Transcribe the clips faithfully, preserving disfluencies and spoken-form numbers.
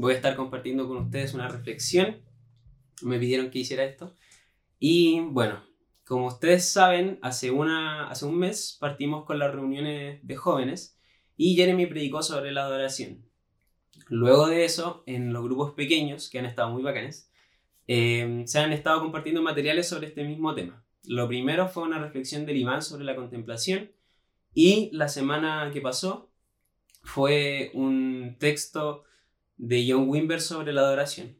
voy a estar compartiendo con ustedes una reflexión. Me pidieron que hiciera esto. Y bueno, como ustedes saben, hace, una, hace un mes partimos con las reuniones de jóvenes y Jeremy predicó sobre la adoración. Luego de eso, en los grupos pequeños, que han estado muy bacanes, eh, se han estado compartiendo materiales sobre este mismo tema. Lo primero fue una reflexión del Iván sobre la contemplación, y la semana que pasó fue un texto de John Wimber sobre la adoración.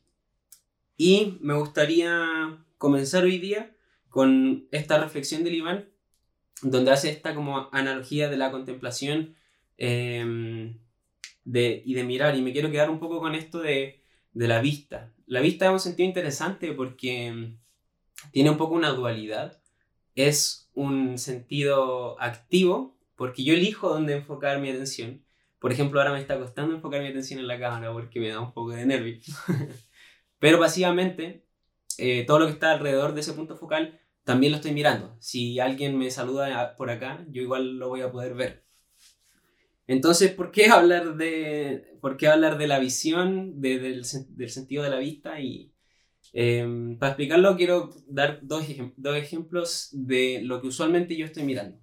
Y me gustaría comenzar hoy día con esta reflexión del Iván, donde hace esta como analogía de la contemplación eh, de, y de mirar. Y me quiero quedar un poco con esto de, de la vista. La vista es un sentido interesante porque tiene un poco una dualidad. Es un sentido activo porque yo elijo dónde enfocar mi atención. Por ejemplo, ahora me está costando enfocar mi atención en la cámara porque me da un poco de nervio. Pero pasivamente, eh, todo lo que está alrededor de ese punto focal también lo estoy mirando. Si alguien me saluda por acá, yo igual lo voy a poder ver. Entonces, ¿por qué hablar de, por qué hablar de la visión, de, del, del sentido de la vista? Y eh, para explicarlo quiero dar dos, ejem- dos ejemplos de lo que usualmente yo estoy mirando.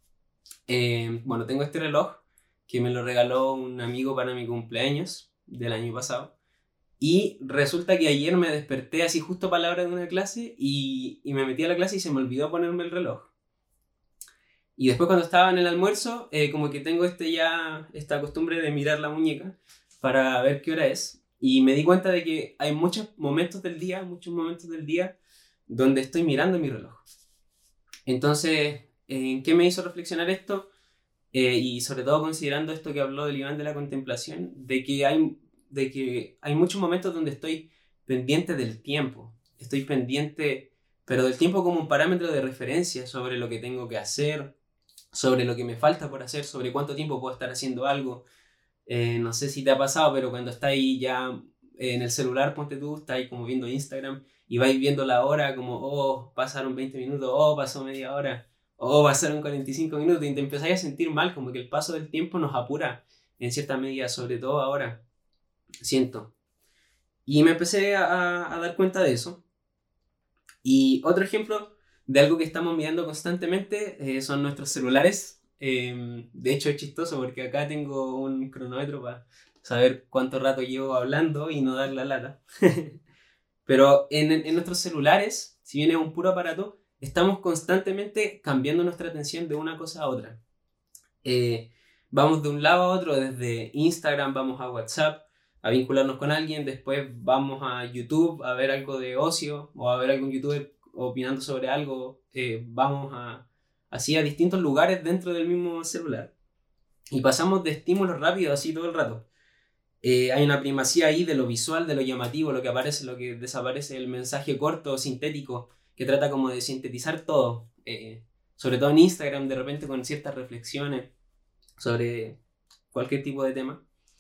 Eh, bueno, tengo este reloj que me lo regaló un amigo para mi cumpleaños del año pasado. Y resulta que ayer me desperté así justo para la hora de una clase y, y me metí a la clase y se me olvidó ponerme el reloj. Y después cuando estaba en el almuerzo, eh, como que tengo este ya, esta costumbre de mirar la muñeca para ver qué hora es. Y me di cuenta de que hay muchos momentos del día, muchos momentos del día donde estoy mirando mi reloj. Entonces, ¿en qué me hizo reflexionar esto? Eh, y sobre todo considerando esto que habló del Iván de la contemplación, de que hay, de que hay muchos momentos donde estoy pendiente del tiempo. Estoy pendiente, pero del tiempo como un parámetro de referencia sobre lo que tengo que hacer, sobre lo que me falta por hacer, sobre cuánto tiempo puedo estar haciendo algo. Eh, no sé si te ha pasado, pero cuando estás ahí ya en el celular, ponte tú, estás ahí como viendo Instagram y vais viendo la hora como, oh, pasaron veinte minutos, oh, pasó media hora, oh, pasaron cuarenta y cinco minutos, y te empezáis a sentir mal, como que el paso del tiempo nos apura en cierta medida, sobre todo ahora, siento. Y me empecé a, a dar cuenta de eso. Y otro ejemplo de algo que estamos mirando constantemente eh, son nuestros celulares. Eh, de hecho es chistoso porque acá tengo un cronómetro para saber cuánto rato llevo hablando y no dar la lata. Pero en, en nuestros celulares, si bien es un puro aparato, estamos constantemente cambiando nuestra atención de una cosa a otra. Eh, vamos de un lado a otro, desde Instagram vamos a WhatsApp a vincularnos con alguien, después vamos a YouTube a ver algo de ocio o a ver algún youtuber opinando sobre algo, eh, vamos a, así a distintos lugares dentro del mismo celular y pasamos de estímulos rápidos así todo el rato. Eh, hay una primacía ahí de lo visual, de lo llamativo, lo que aparece, lo que desaparece, el mensaje corto, sintético, que trata como de sintetizar todo, eh, sobre todo en Instagram de repente con ciertas reflexiones sobre cualquier tipo de tema.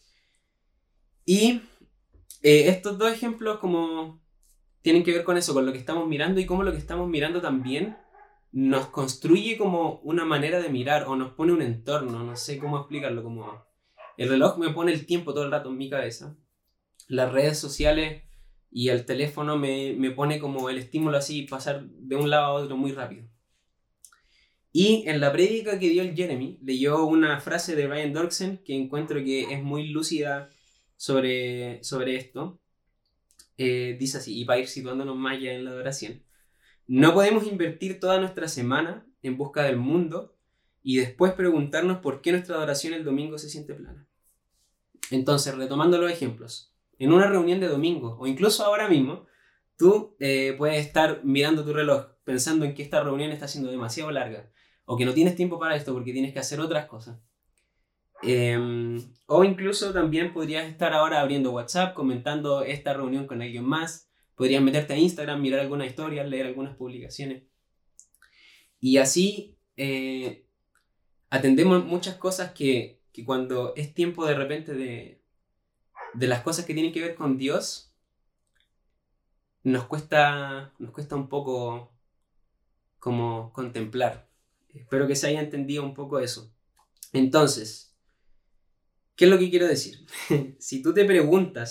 Y eh, estos dos ejemplos como tienen que ver con eso, con lo que estamos mirando y cómo lo que estamos mirando también nos construye como una manera de mirar o nos pone un entorno, no sé cómo explicarlo, como el reloj me pone el tiempo todo el rato en mi cabeza, las redes sociales y el teléfono me, me pone como el estímulo así, pasar de un lado a otro muy rápido. Y en la prédica que dio el Jeremy, leyó una frase de Brian Dorksen que encuentro que es muy lúcida sobre, sobre esto. Eh, dice así, y para ir situándonos más ya en la adoración: no podemos invertir toda nuestra semana en busca del mundo y después preguntarnos por qué nuestra adoración el domingo se siente plana. Entonces, retomando los ejemplos, en una reunión de domingo o incluso ahora mismo, tú eh, puedes estar mirando tu reloj pensando en que esta reunión está siendo demasiado larga o que no tienes tiempo para esto porque tienes que hacer otras cosas. Eh, o incluso también podrías estar ahora abriendo WhatsApp, comentando esta reunión con alguien más. Podrías meterte a Instagram, mirar algunas historias, leer algunas publicaciones. Y así eh, atendemos muchas cosas que, que cuando es tiempo de repente de, de las cosas que tienen que ver con Dios, nos cuesta, nos cuesta un poco como contemplar. Espero que se haya entendido un poco eso. Entonces, ¿qué es lo que quiero decir? Si tú te preguntas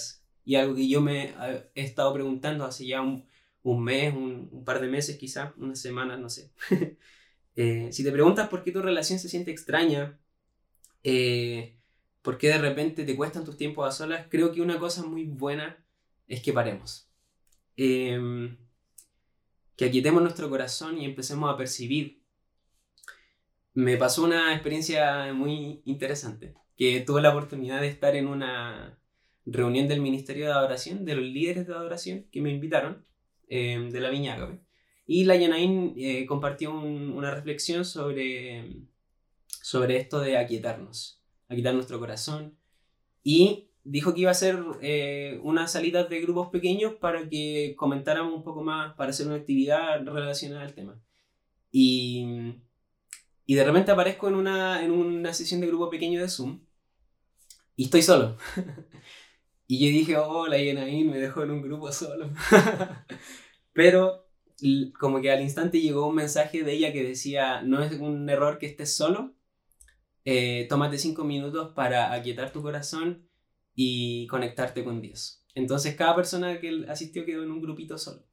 y algo que yo me eh, he estado preguntando hace ya un, un mes, un, un par de meses quizás, unas semanas, no sé. eh, si te preguntas por qué tu relación se siente extraña, eh, por qué de repente te cuestan tus tiempos a solas, creo que una cosa muy buena es que paremos. Eh, que aquietemos nuestro corazón y empecemos a percibir. Me pasó una experiencia muy interesante, que tuve la oportunidad de estar en una reunión del Ministerio de Adoración, de los líderes de adoración que me invitaron, eh, de la Viña Agape. Y la Yanaín eh, compartió un, una reflexión sobre, sobre esto de aquietarnos, aquietar nuestro corazón, y dijo que iba a hacer eh, unas salidas de grupos pequeños para que comentáramos un poco más, para hacer una actividad relacionada al tema. Y... Y de repente aparezco en una, en una sesión de grupo pequeño de Zoom y estoy solo. Y yo dije, oh, la Yanaín me dejó en un grupo solo. Pero como que al instante llegó un mensaje de ella que decía, no es un error que estés solo, eh, tómate cinco minutos para aquietar tu corazón y conectarte con Dios. Entonces cada persona que asistió quedó en un grupito solo.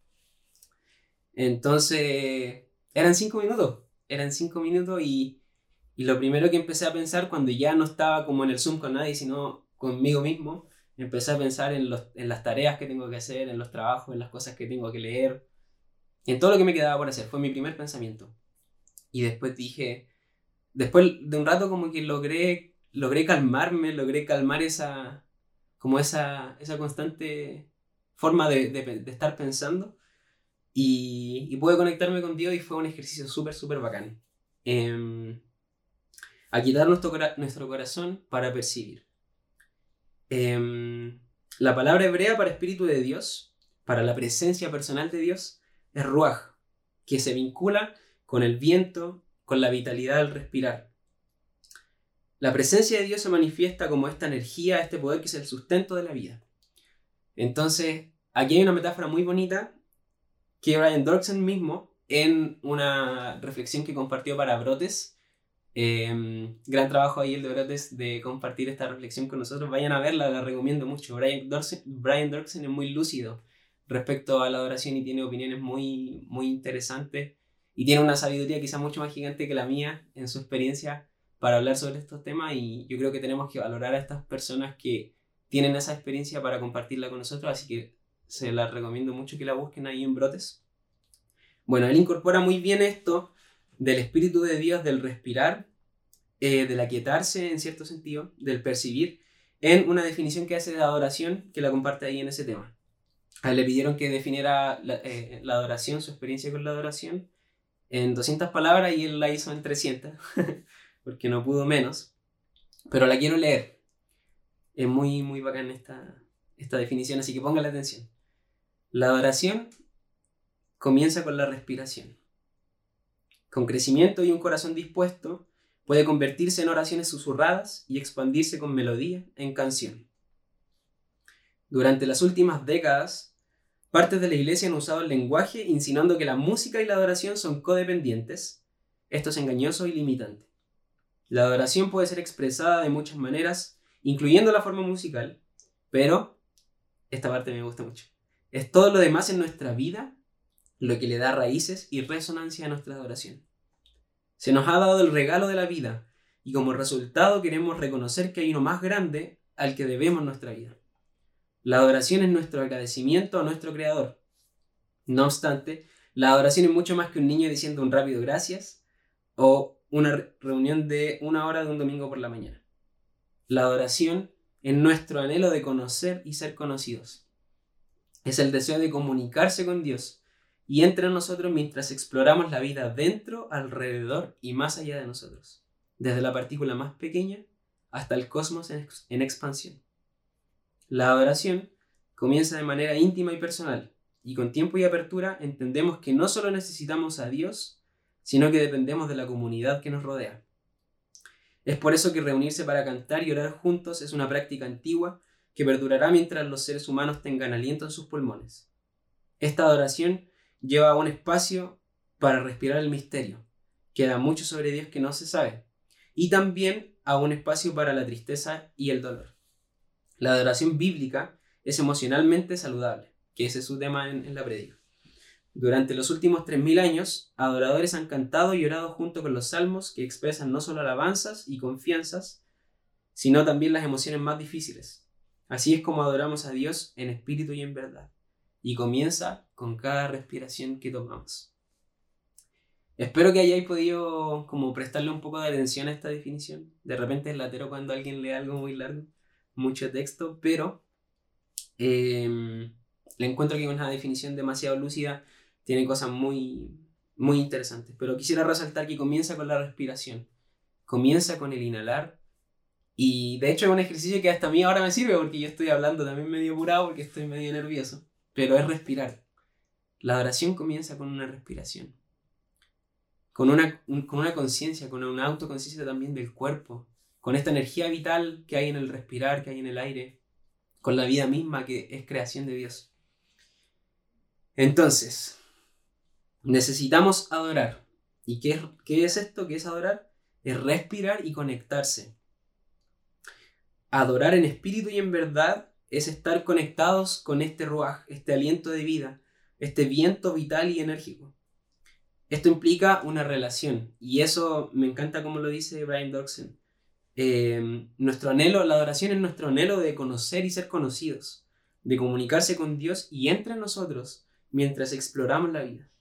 Entonces eran cinco minutos. Eran cinco minutos y, y lo primero que empecé a pensar cuando ya no estaba como en el Zoom con nadie, sino conmigo mismo, empecé a pensar en, los, en las tareas que tengo que hacer, en los trabajos, en las cosas que tengo que leer, en todo lo que me quedaba por hacer. Fue mi primer pensamiento. Y después dije, después de un rato como que logré, logré calmarme, logré calmar esa, como esa, esa constante forma de, de, de estar pensando. Y, y pude conectarme con Dios y fue un ejercicio súper, súper bacán. Eh, aquietar nuestro, nuestro corazón para percibir. Eh, la palabra hebrea para espíritu de Dios, para la presencia personal de Dios, es ruaj, que se vincula con el viento, con la vitalidad del respirar. La presencia de Dios se manifiesta como esta energía, este poder que es el sustento de la vida. Entonces, aquí hay una metáfora muy bonita que Brian Doerksen mismo, en una reflexión que compartió para Brotes, eh, gran trabajo ahí el de Brotes de compartir esta reflexión con nosotros, vayan a verla, la recomiendo mucho. Brian Doerksen, Brian Doerksen es muy lúcido respecto a la adoración y tiene opiniones muy, muy interesantes y tiene una sabiduría quizá mucho más gigante que la mía en su experiencia para hablar sobre estos temas, y yo creo que tenemos que valorar a estas personas que tienen esa experiencia para compartirla con nosotros, así que se la recomiendo mucho que la busquen ahí en Brotes. Bueno, él incorpora muy bien esto del Espíritu de Dios, del respirar, eh, del aquietarse en cierto sentido, del percibir, en una definición que hace de adoración, que la comparte ahí en ese tema. A él le pidieron que definiera la, eh, la adoración, su experiencia con la adoración, en doscientas palabras y él la hizo en trescientas, porque no pudo menos, pero la quiero leer. Es muy, muy bacán esta, esta definición, así que póngale atención. La adoración comienza con la respiración. Con crecimiento y un corazón dispuesto, puede convertirse en oraciones susurradas y expandirse con melodía en canción. Durante las últimas décadas, partes de la iglesia han usado el lenguaje insinuando que la música y la adoración son codependientes. Esto es engañoso y limitante. La adoración puede ser expresada de muchas maneras, incluyendo la forma musical, pero esta parte me gusta mucho. Es todo lo demás en nuestra vida lo que le da raíces y resonancia a nuestra adoración. Se nos ha dado el regalo de la vida y como resultado queremos reconocer que hay uno más grande al que debemos nuestra vida. La adoración es nuestro agradecimiento a nuestro Creador. No obstante, la adoración es mucho más que un niño diciendo un rápido gracias o una re- reunión de una hora de un domingo por la mañana. La adoración es nuestro anhelo de conocer y ser conocidos. Es el deseo de comunicarse con Dios y entre nosotros mientras exploramos la vida dentro, alrededor y más allá de nosotros, desde la partícula más pequeña hasta el cosmos en, ex- en expansión. La adoración comienza de manera íntima y personal, y con tiempo y apertura entendemos que no solo necesitamos a Dios, sino que dependemos de la comunidad que nos rodea. Es por eso que reunirse para cantar y orar juntos es una práctica antigua que perdurará mientras los seres humanos tengan aliento en sus pulmones. Esta adoración lleva a un espacio para respirar el misterio. Queda mucho sobre Dios que no se sabe. Y también a un espacio para la tristeza y el dolor. La adoración bíblica es emocionalmente saludable, que ese es su tema en, en la prédica. Durante los últimos tres mil años, adoradores han cantado y orado junto con los salmos que expresan no solo alabanzas y confianzas, sino también las emociones más difíciles. Así es como adoramos a Dios en espíritu y en verdad. Y comienza con cada respiración que tomamos. Espero que hayáis podido como prestarle un poco de atención a esta definición. De repente es latero cuando alguien lee algo muy largo, mucho texto, pero eh, le encuentro que es una definición demasiado lúcida, tiene cosas muy, muy interesantes. Pero quisiera resaltar que comienza con la respiración, comienza con el inhalar, y de hecho es un ejercicio que hasta a mí ahora me sirve porque yo estoy hablando también medio apurado porque estoy medio nervioso, pero es respirar. La oración comienza con una respiración, con una, un, con una conciencia, con una autoconciencia también del cuerpo, con esta energía vital que hay en el respirar, que hay en el aire, con la vida misma que es creación de Dios. Entonces, necesitamos adorar. ¿Y qué es, qué es esto? ¿Qué es adorar? Es respirar y conectarse. Adorar en espíritu y en verdad es estar conectados con este ruaj, este aliento de vida, este viento vital y enérgico. Esto implica una relación, y eso me encanta como lo dice Brian Doxen. Eh, nuestro anhelo, la adoración es nuestro anhelo de conocer y ser conocidos, de comunicarse con Dios y entre nosotros mientras exploramos la vida.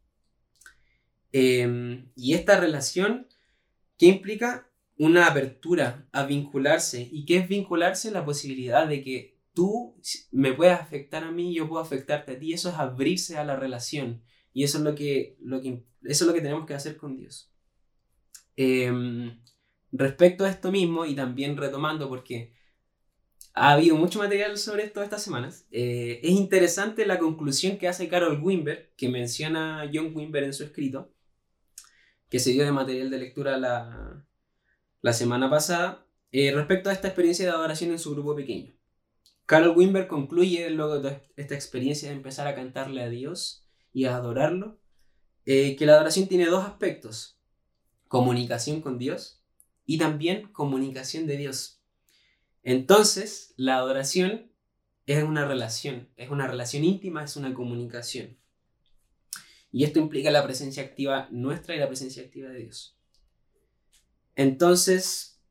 Eh, y esta relación, ¿qué implica? Una apertura a vincularse. ¿Y qué es vincularse? La posibilidad de que tú me puedas afectar a mí y yo puedo afectarte a ti. Eso es abrirse a la relación. Y eso es lo que, lo que, eso es lo que tenemos que hacer con Dios. Eh, respecto a esto mismo, y también retomando, porque ha habido mucho material sobre esto estas semanas, eh, es interesante la conclusión que hace Carol Wimber, que menciona John Wimber en su escrito, que se dio de material de lectura la, la semana pasada, eh, respecto a esta experiencia de adoración en su grupo pequeño. Carol Wimber concluye luego de esta experiencia de empezar a cantarle a Dios y a adorarlo, eh, que la adoración tiene dos aspectos: comunicación con Dios y también comunicación de Dios. Entonces, la adoración es una relación, es una relación íntima, es una comunicación. Y esto implica la presencia activa nuestra y la presencia activa de Dios. Entonces,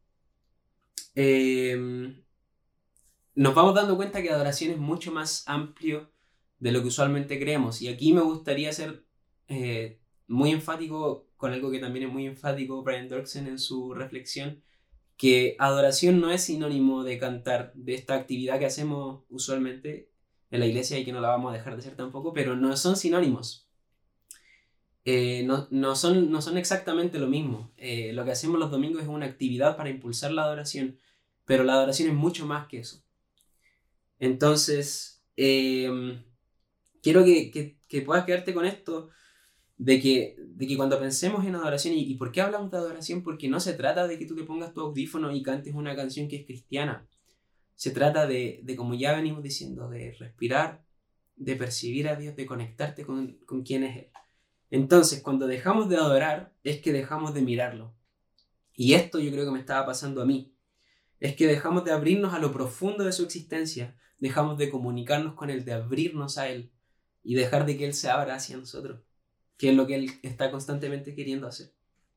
eh, nos vamos dando cuenta que adoración es mucho más amplio de lo que usualmente creemos. Y aquí me gustaría ser eh, muy enfático con algo que también es muy enfático Brian Doxen en su reflexión, que adoración no es sinónimo de cantar, de esta actividad que hacemos usualmente en la iglesia y que no la vamos a dejar de hacer tampoco, pero no son sinónimos. Eh, no, no, son, no son exactamente lo mismo. Eh, lo que hacemos los domingos es una actividad para impulsar la adoración, pero la adoración es mucho más que eso. Entonces, eh, quiero que, que, que puedas quedarte con esto, de que, de que cuando pensemos en adoración, y, y ¿por qué hablamos de adoración? Porque no se trata de que tú te pongas tu audífono y cantes una canción que es cristiana. Se trata de, de como ya venimos diciendo, de respirar, de percibir a Dios, de conectarte con, con quién es Él. Entonces, cuando dejamos de adorar, es que dejamos de mirarlo. Y esto yo creo que me estaba pasando a mí. Es que dejamos de abrirnos a lo profundo de su existencia, dejamos de comunicarnos con Él, de abrirnos a Él y dejar de que Él se abra hacia nosotros, que es lo que Él está constantemente queriendo hacer.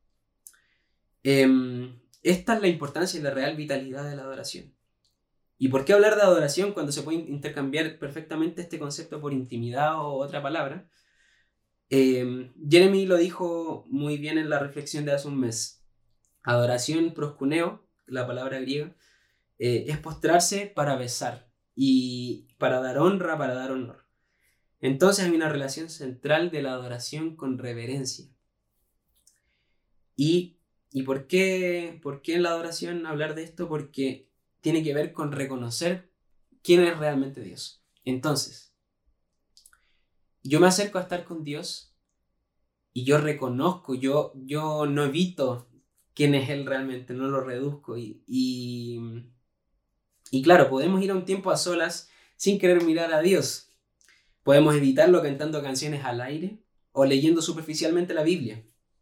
Eh, esta es la importancia y la real vitalidad de la adoración. ¿Y por qué hablar de adoración cuando se puede intercambiar perfectamente este concepto por intimidad o otra palabra? Eh, Jeremy lo dijo muy bien en la reflexión de hace un mes. Adoración, proskuneo, la palabra griega, eh, es postrarse para besar y para dar honra, para dar honor. Entonces hay una relación central de la adoración con reverencia. ¿Y, y por qué, por qué en la adoración hablar de esto? Porque tiene que ver con reconocer quién es realmente Dios. Entonces, yo me acerco a estar con Dios y yo reconozco, yo, yo no evito quién es Él realmente, no lo reduzco. Y, y, y claro, podemos ir a un tiempo a solas sin querer mirar a Dios. Podemos evitarlo cantando canciones al aire o leyendo superficialmente la Biblia.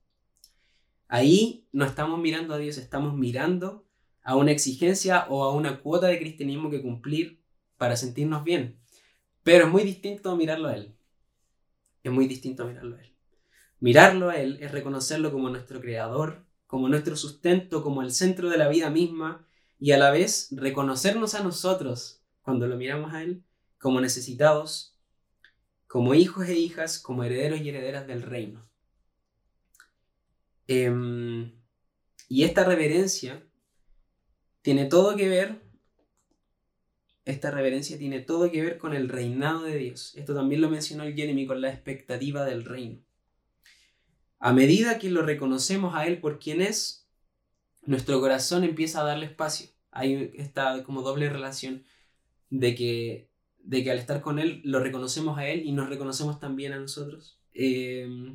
Ahí no estamos mirando a Dios, estamos mirando a una exigencia o a una cuota de cristianismo que cumplir para sentirnos bien. Pero es muy distinto mirarlo a Él. Es muy distinto mirarlo a Él. Mirarlo a Él es reconocerlo como nuestro creador, como nuestro sustento, como el centro de la vida misma, y a la vez reconocernos a nosotros, cuando lo miramos a Él, como necesitados, como hijos e hijas, como herederos y herederas del reino. Eh, y esta reverencia tiene todo que ver, esta reverencia tiene todo que ver con el reinado de Dios. Esto también lo mencionó el Jeremy, con la expectativa del reino. A medida que lo reconocemos a Él por quien es, nuestro corazón empieza a darle espacio. Hay esta como doble relación de que, de que al estar con Él lo reconocemos a Él y nos reconocemos también a nosotros. Eh,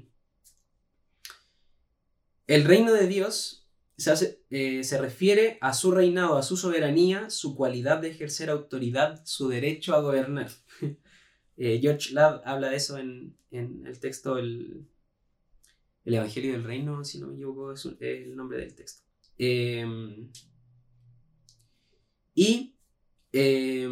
el reino de Dios se, hace, eh, se refiere a su reinado, a su soberanía, su cualidad de ejercer autoridad, su derecho a gobernar. eh, George Ladd habla de eso en, en el texto el, el Evangelio del Reino, si no me equivoco, es el nombre del texto. Eh, y eh,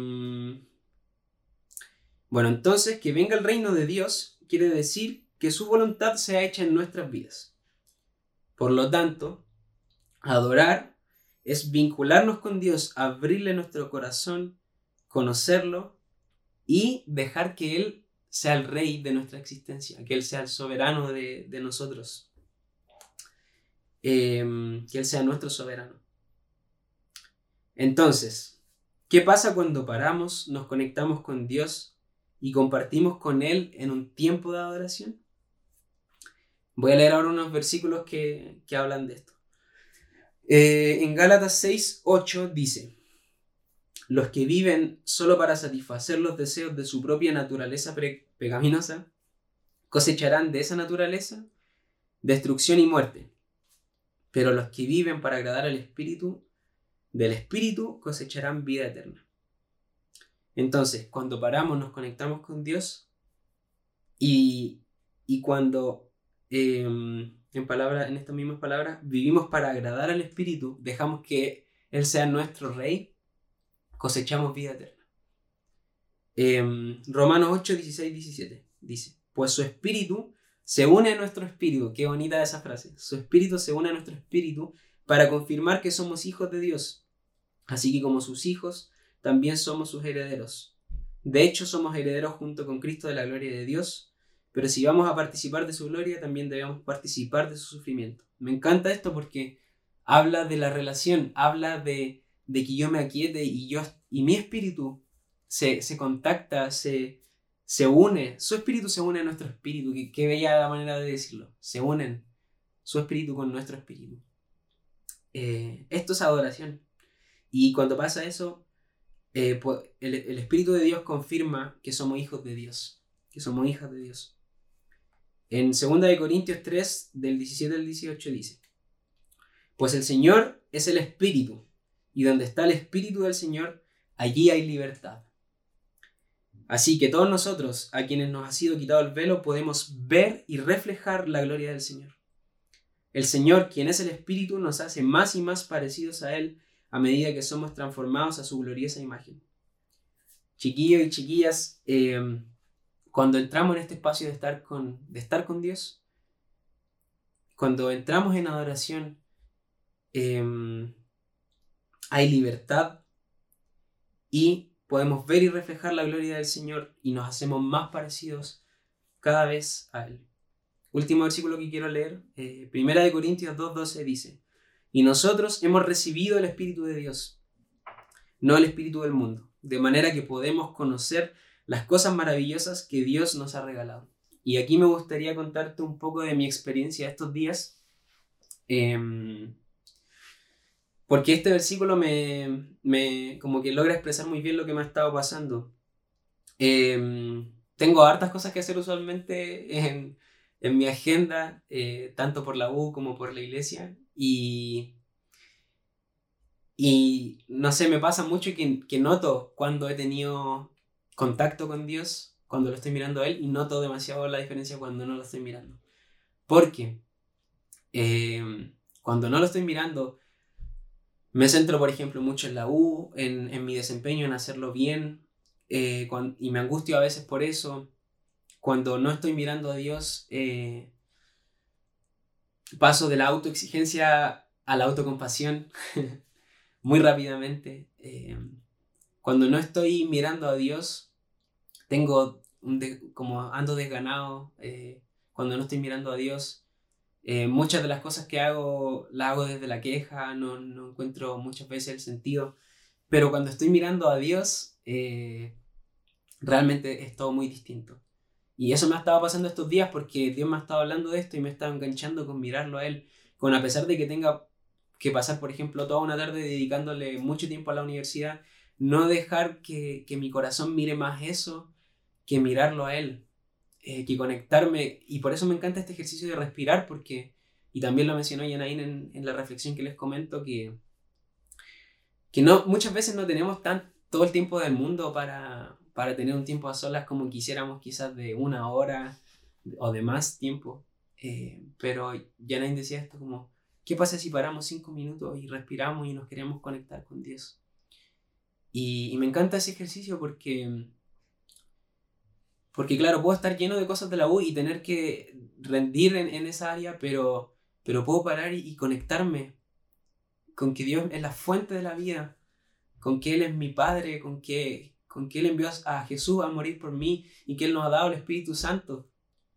bueno, entonces que venga el reino de Dios quiere decir que su voluntad sea hecha en nuestras vidas. Por lo tanto, adorar es vincularnos con Dios, abrirle nuestro corazón, conocerlo y dejar que Él sea el rey de nuestra existencia, que Él sea el soberano de, de nosotros, eh, que Él sea nuestro soberano. Entonces, ¿qué pasa cuando paramos, nos conectamos con Dios y compartimos con Él en un tiempo de adoración? Voy a leer ahora unos versículos que, que hablan de esto. Eh, en Gálatas seis ocho dice: los que viven solo para satisfacer los deseos de su propia naturaleza pre- pecaminosa cosecharán de esa naturaleza destrucción y muerte, pero los que viven para agradar al Espíritu, del Espíritu cosecharán vida eterna. Entonces, cuando paramos, nos conectamos con Dios y, y cuando eh, en, palabra, en estas mismas palabras vivimos para agradar al Espíritu, dejamos que Él sea nuestro Rey, cosechamos vida eterna. Eh, Romanos ocho, dieciséis, diecisiete dice: pues su Espíritu se une a nuestro Espíritu. Qué bonita esa frase. Su Espíritu se une a nuestro Espíritu para confirmar que somos hijos de Dios. Así que como sus hijos, también somos sus herederos. De hecho, somos herederos junto con Cristo de la gloria de Dios. Pero si vamos a participar de su gloria, también debemos participar de su sufrimiento. Me encanta esto porque habla de la relación, habla de, de que yo me aquiete y, yo, y mi espíritu se, se contacta, se, se une. Su espíritu se une a nuestro espíritu. Qué, qué bella la manera de decirlo. Se unen su espíritu con nuestro espíritu. Eh, esto es adoración. Y cuando pasa eso, eh, el, el Espíritu de Dios confirma que somos hijos de Dios, que somos hijas de Dios. En segunda de Corintios tres, del diecisiete al dieciocho dice: pues el Señor es el Espíritu, y donde está el Espíritu del Señor, allí hay libertad. Así que todos nosotros, a quienes nos ha sido quitado el velo, podemos ver y reflejar la gloria del Señor. El Señor, quien es el Espíritu, nos hace más y más parecidos a Él a medida que somos transformados a su gloriosa imagen. Chiquillos y chiquillas, eh, cuando entramos en este espacio de estar, con, de estar con Dios, cuando entramos en adoración, eh, hay libertad y podemos ver y reflejar la gloria del Señor y nos hacemos más parecidos cada vez a Él. Último versículo que quiero leer, eh, Primera de Corintios dos doce dice: y nosotros hemos recibido el Espíritu de Dios, no el espíritu del mundo, de manera que podemos conocer las cosas maravillosas que Dios nos ha regalado. Y aquí me gustaría contarte un poco de mi experiencia estos días, eh, porque este versículo me, me como que logra expresar muy bien lo que me ha estado pasando. Eh, tengo hartas cosas que hacer usualmente en, en mi agenda, eh, tanto por la U como por la iglesia, y Y no sé, me pasa mucho que, que noto cuando he tenido contacto con Dios, cuando lo estoy mirando a Él, y noto demasiado la diferencia cuando no lo estoy mirando. Porque eh, cuando no lo estoy mirando, me centro, por ejemplo, mucho en la U, en, en mi desempeño, en hacerlo bien, eh, cuando, y me angustio a veces por eso. Cuando no estoy mirando a Dios, eh, paso de la autoexigencia a la autocompasión muy rápidamente. Eh, cuando no estoy mirando a Dios, tengo un de, como ando desganado. Eh, cuando no estoy mirando a Dios, eh, muchas de las cosas que hago las hago desde la queja, no, no encuentro muchas veces el sentido. Pero cuando estoy mirando a Dios, eh, realmente es todo muy distinto. Y eso me ha estado pasando estos días porque Dios me ha estado hablando de esto y me ha estado enganchando con mirarlo a Él. Con a pesar de que tenga que pasar, por ejemplo, toda una tarde dedicándole mucho tiempo a la universidad, no dejar que, que mi corazón mire más eso que mirarlo a Él. Eh, que conectarme. Y por eso me encanta este ejercicio de respirar porque, y también lo mencionó Yanaín en, en la reflexión que les comento, que, que no, muchas veces no tenemos tan, todo el tiempo del mundo para... para tener un tiempo a solas como quisiéramos, quizás de una hora o de más tiempo. Eh, pero Janaín decía esto como, ¿qué pasa si paramos cinco minutos y respiramos y nos queremos conectar con Dios? Y, y me encanta ese ejercicio porque, porque claro, puedo estar lleno de cosas de la U y tener que rendir en, en esa área, pero, pero puedo parar y, y conectarme con que Dios es la fuente de la vida, con que Él es mi Padre, con que... con que Él envió a Jesús a morir por mí y que Él nos ha dado el Espíritu Santo.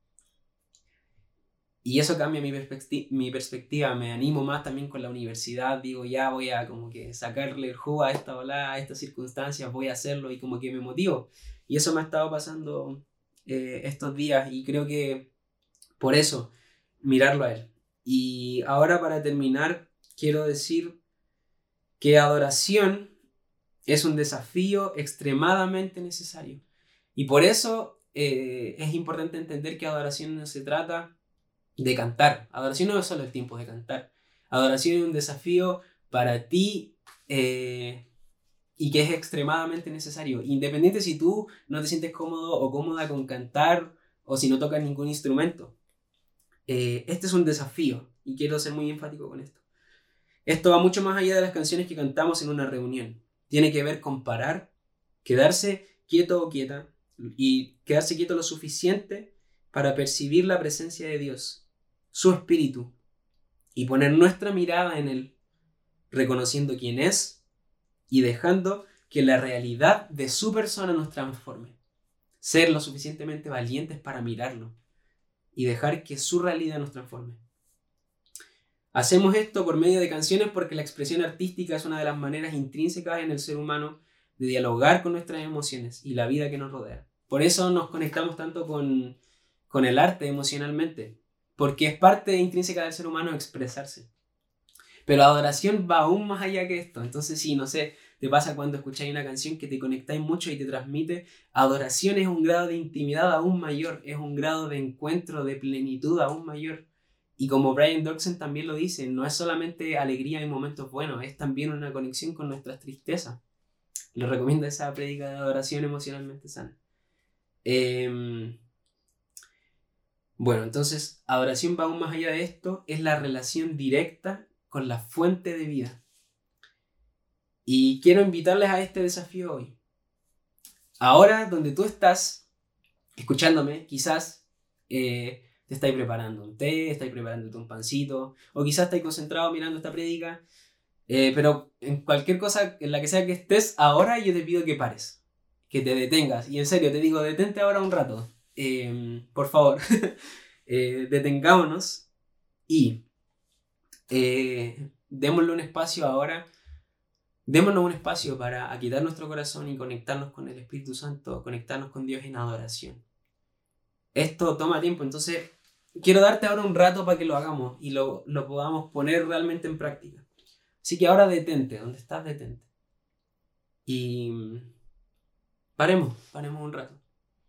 Y eso cambia mi, perspecti- mi perspectiva, me animo más también con la universidad, digo ya voy a como que sacarle el jugo a esta ola, a estas circunstancias, voy a hacerlo y como que me motivo. Y eso me ha estado pasando eh, estos días y creo que por eso, mirarlo a Él. Y ahora para terminar, quiero decir que adoración es un desafío extremadamente necesario. Y por eso eh, es importante entender que adoración no se trata de cantar. Adoración no es solo el tiempo de cantar. Adoración es un desafío para ti eh, y que es extremadamente necesario. Independiente si tú no te sientes cómodo o cómoda con cantar o si no tocas ningún instrumento. Eh, este es un desafío y quiero ser muy enfático con esto. Esto va mucho más allá de las canciones que cantamos en una reunión. Tiene que ver con parar, quedarse quieto o quieta y quedarse quieto lo suficiente para percibir la presencia de Dios, su espíritu, y poner nuestra mirada en Él, reconociendo quién es y dejando que la realidad de su persona nos transforme. Ser lo suficientemente valientes para mirarlo y dejar que su realidad nos transforme. Hacemos esto por medio de canciones porque la expresión artística es una de las maneras intrínsecas en el ser humano de dialogar con nuestras emociones y la vida que nos rodea. Por eso nos conectamos tanto con, con el arte emocionalmente, porque es parte intrínseca del ser humano expresarse. Pero adoración va aún más allá que esto. Entonces sí, no sé, te pasa cuando escucháis una canción que te conectáis mucho y te transmite. Adoración es un grado de intimidad aún mayor, es un grado de encuentro, de plenitud aún mayor. Y como Brian Doerksen también lo dice, no es solamente alegría en momentos buenos, es también una conexión con nuestras tristezas. Les recomiendo esa prédica de adoración emocionalmente sana. Eh, bueno, entonces, adoración va aún más allá de esto, es la relación directa con la fuente de vida. Y quiero invitarles a este desafío hoy. Ahora, donde tú estás, escuchándome, quizás... Eh, te estáis preparando un té, estáis preparándote un pancito, o quizás estáis concentrado mirando esta prédica, eh, pero en cualquier cosa en la que sea que estés ahora, yo te pido que pares, que te detengas, y en serio, te digo, detente ahora un rato, eh, por favor, eh, detengámonos y eh, démosle un espacio ahora, démonos un espacio para aquietar nuestro corazón y conectarnos con el Espíritu Santo, conectarnos con Dios en adoración. Esto toma tiempo, entonces quiero darte ahora un rato para que lo hagamos y lo, lo podamos poner realmente en práctica. Así que ahora detente, donde estás, detente. Y paremos, paremos un rato.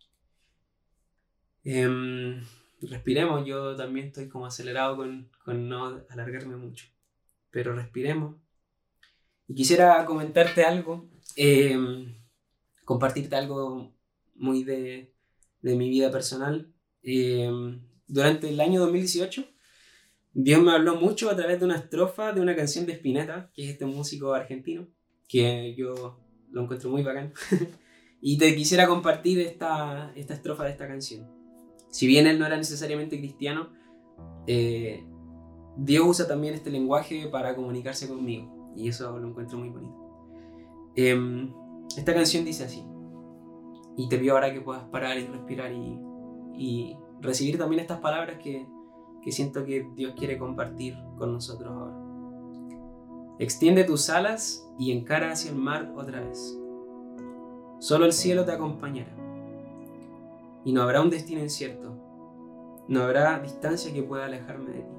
Eh, respiremos, yo también estoy como acelerado con, con no alargarme mucho. Pero respiremos. Y quisiera comentarte algo, eh, compartirte algo muy de, de mi vida personal. Eh, durante el año dos mil dieciocho Dios me habló mucho a través de una estrofa de una canción de Spinetta, que es este músico argentino, que yo lo encuentro muy bacán. Y te quisiera compartir esta, esta estrofa de esta canción. Si bien él no era necesariamente cristiano, eh, Dios usa también este lenguaje para comunicarse conmigo. Y eso lo encuentro muy bonito. Eh, esta canción dice así. Y te pido ahora que puedas parar y respirar y, y recibir también estas palabras que, que siento que Dios quiere compartir con nosotros ahora. Extiende tus alas y encara hacia el mar otra vez. Solo el cielo te acompañará. Y no habrá un destino incierto. No habrá distancia que pueda alejarme de ti.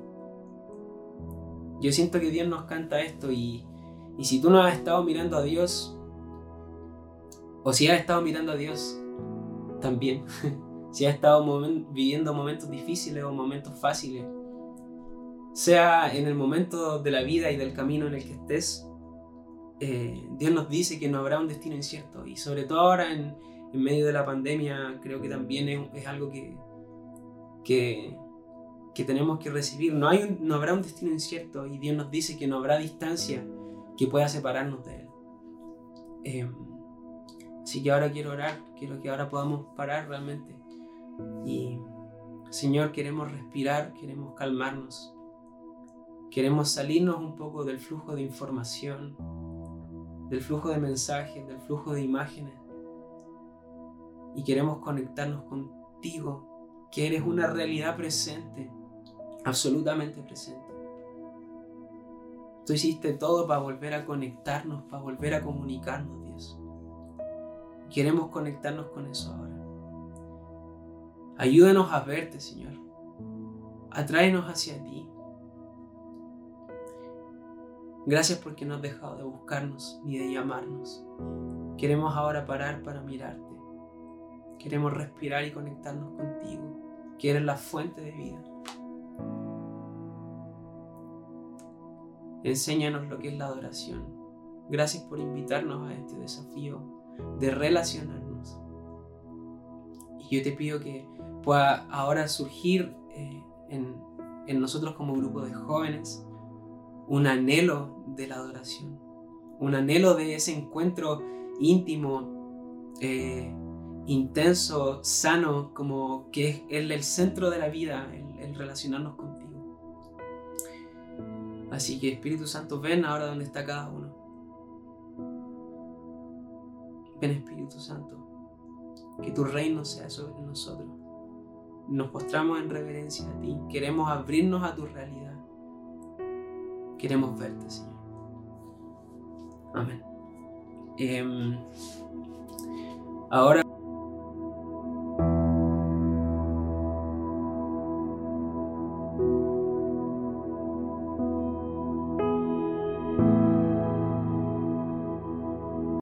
Yo siento que Dios nos canta esto y, y si tú no has estado mirando a Dios, o si has estado mirando a Dios también, si has estado moment, viviendo momentos difíciles o momentos fáciles, sea en el momento de la vida y del camino en el que estés, eh, Dios nos dice que no habrá un destino incierto. Y sobre todo ahora en, en medio de la pandemia, creo que también es, es algo que, que, que tenemos que recibir. No, hay un, no habrá un destino incierto y Dios nos dice que no habrá distancia que pueda separarnos de Él. Eh, así que ahora quiero orar, quiero que ahora podamos parar realmente. Y Señor, queremos respirar, queremos calmarnos. Queremos salirnos un poco del flujo de información, del flujo de mensajes, del flujo de imágenes. Y queremos conectarnos contigo, que eres una realidad presente, absolutamente presente. Tú hiciste todo para volver a conectarnos, para volver a comunicarnos, Dios. Queremos conectarnos con eso ahora. Ayúdanos a verte, Señor. Atráenos hacia ti. Gracias porque no has dejado de buscarnos ni de llamarnos. Queremos ahora parar para mirarte. Queremos respirar y conectarnos contigo, que eres la fuente de vida. Enséñanos lo que es la adoración. Gracias por invitarnos a este desafío de relacionarnos. Y yo te pido que pueda ahora surgir eh, en, en nosotros como grupo de jóvenes un anhelo de la adoración, un anhelo de ese encuentro íntimo, eh, intenso, sano, como que es el, el centro de la vida, el, el relacionarnos contigo. Así que Espíritu Santo, ven ahora donde está cada uno. Ven Espíritu Santo, que tu reino sea sobre nosotros. Nos postramos en reverencia a ti, queremos abrirnos a tu realidad. Queremos verte, Señor. Amén. Eh, ahora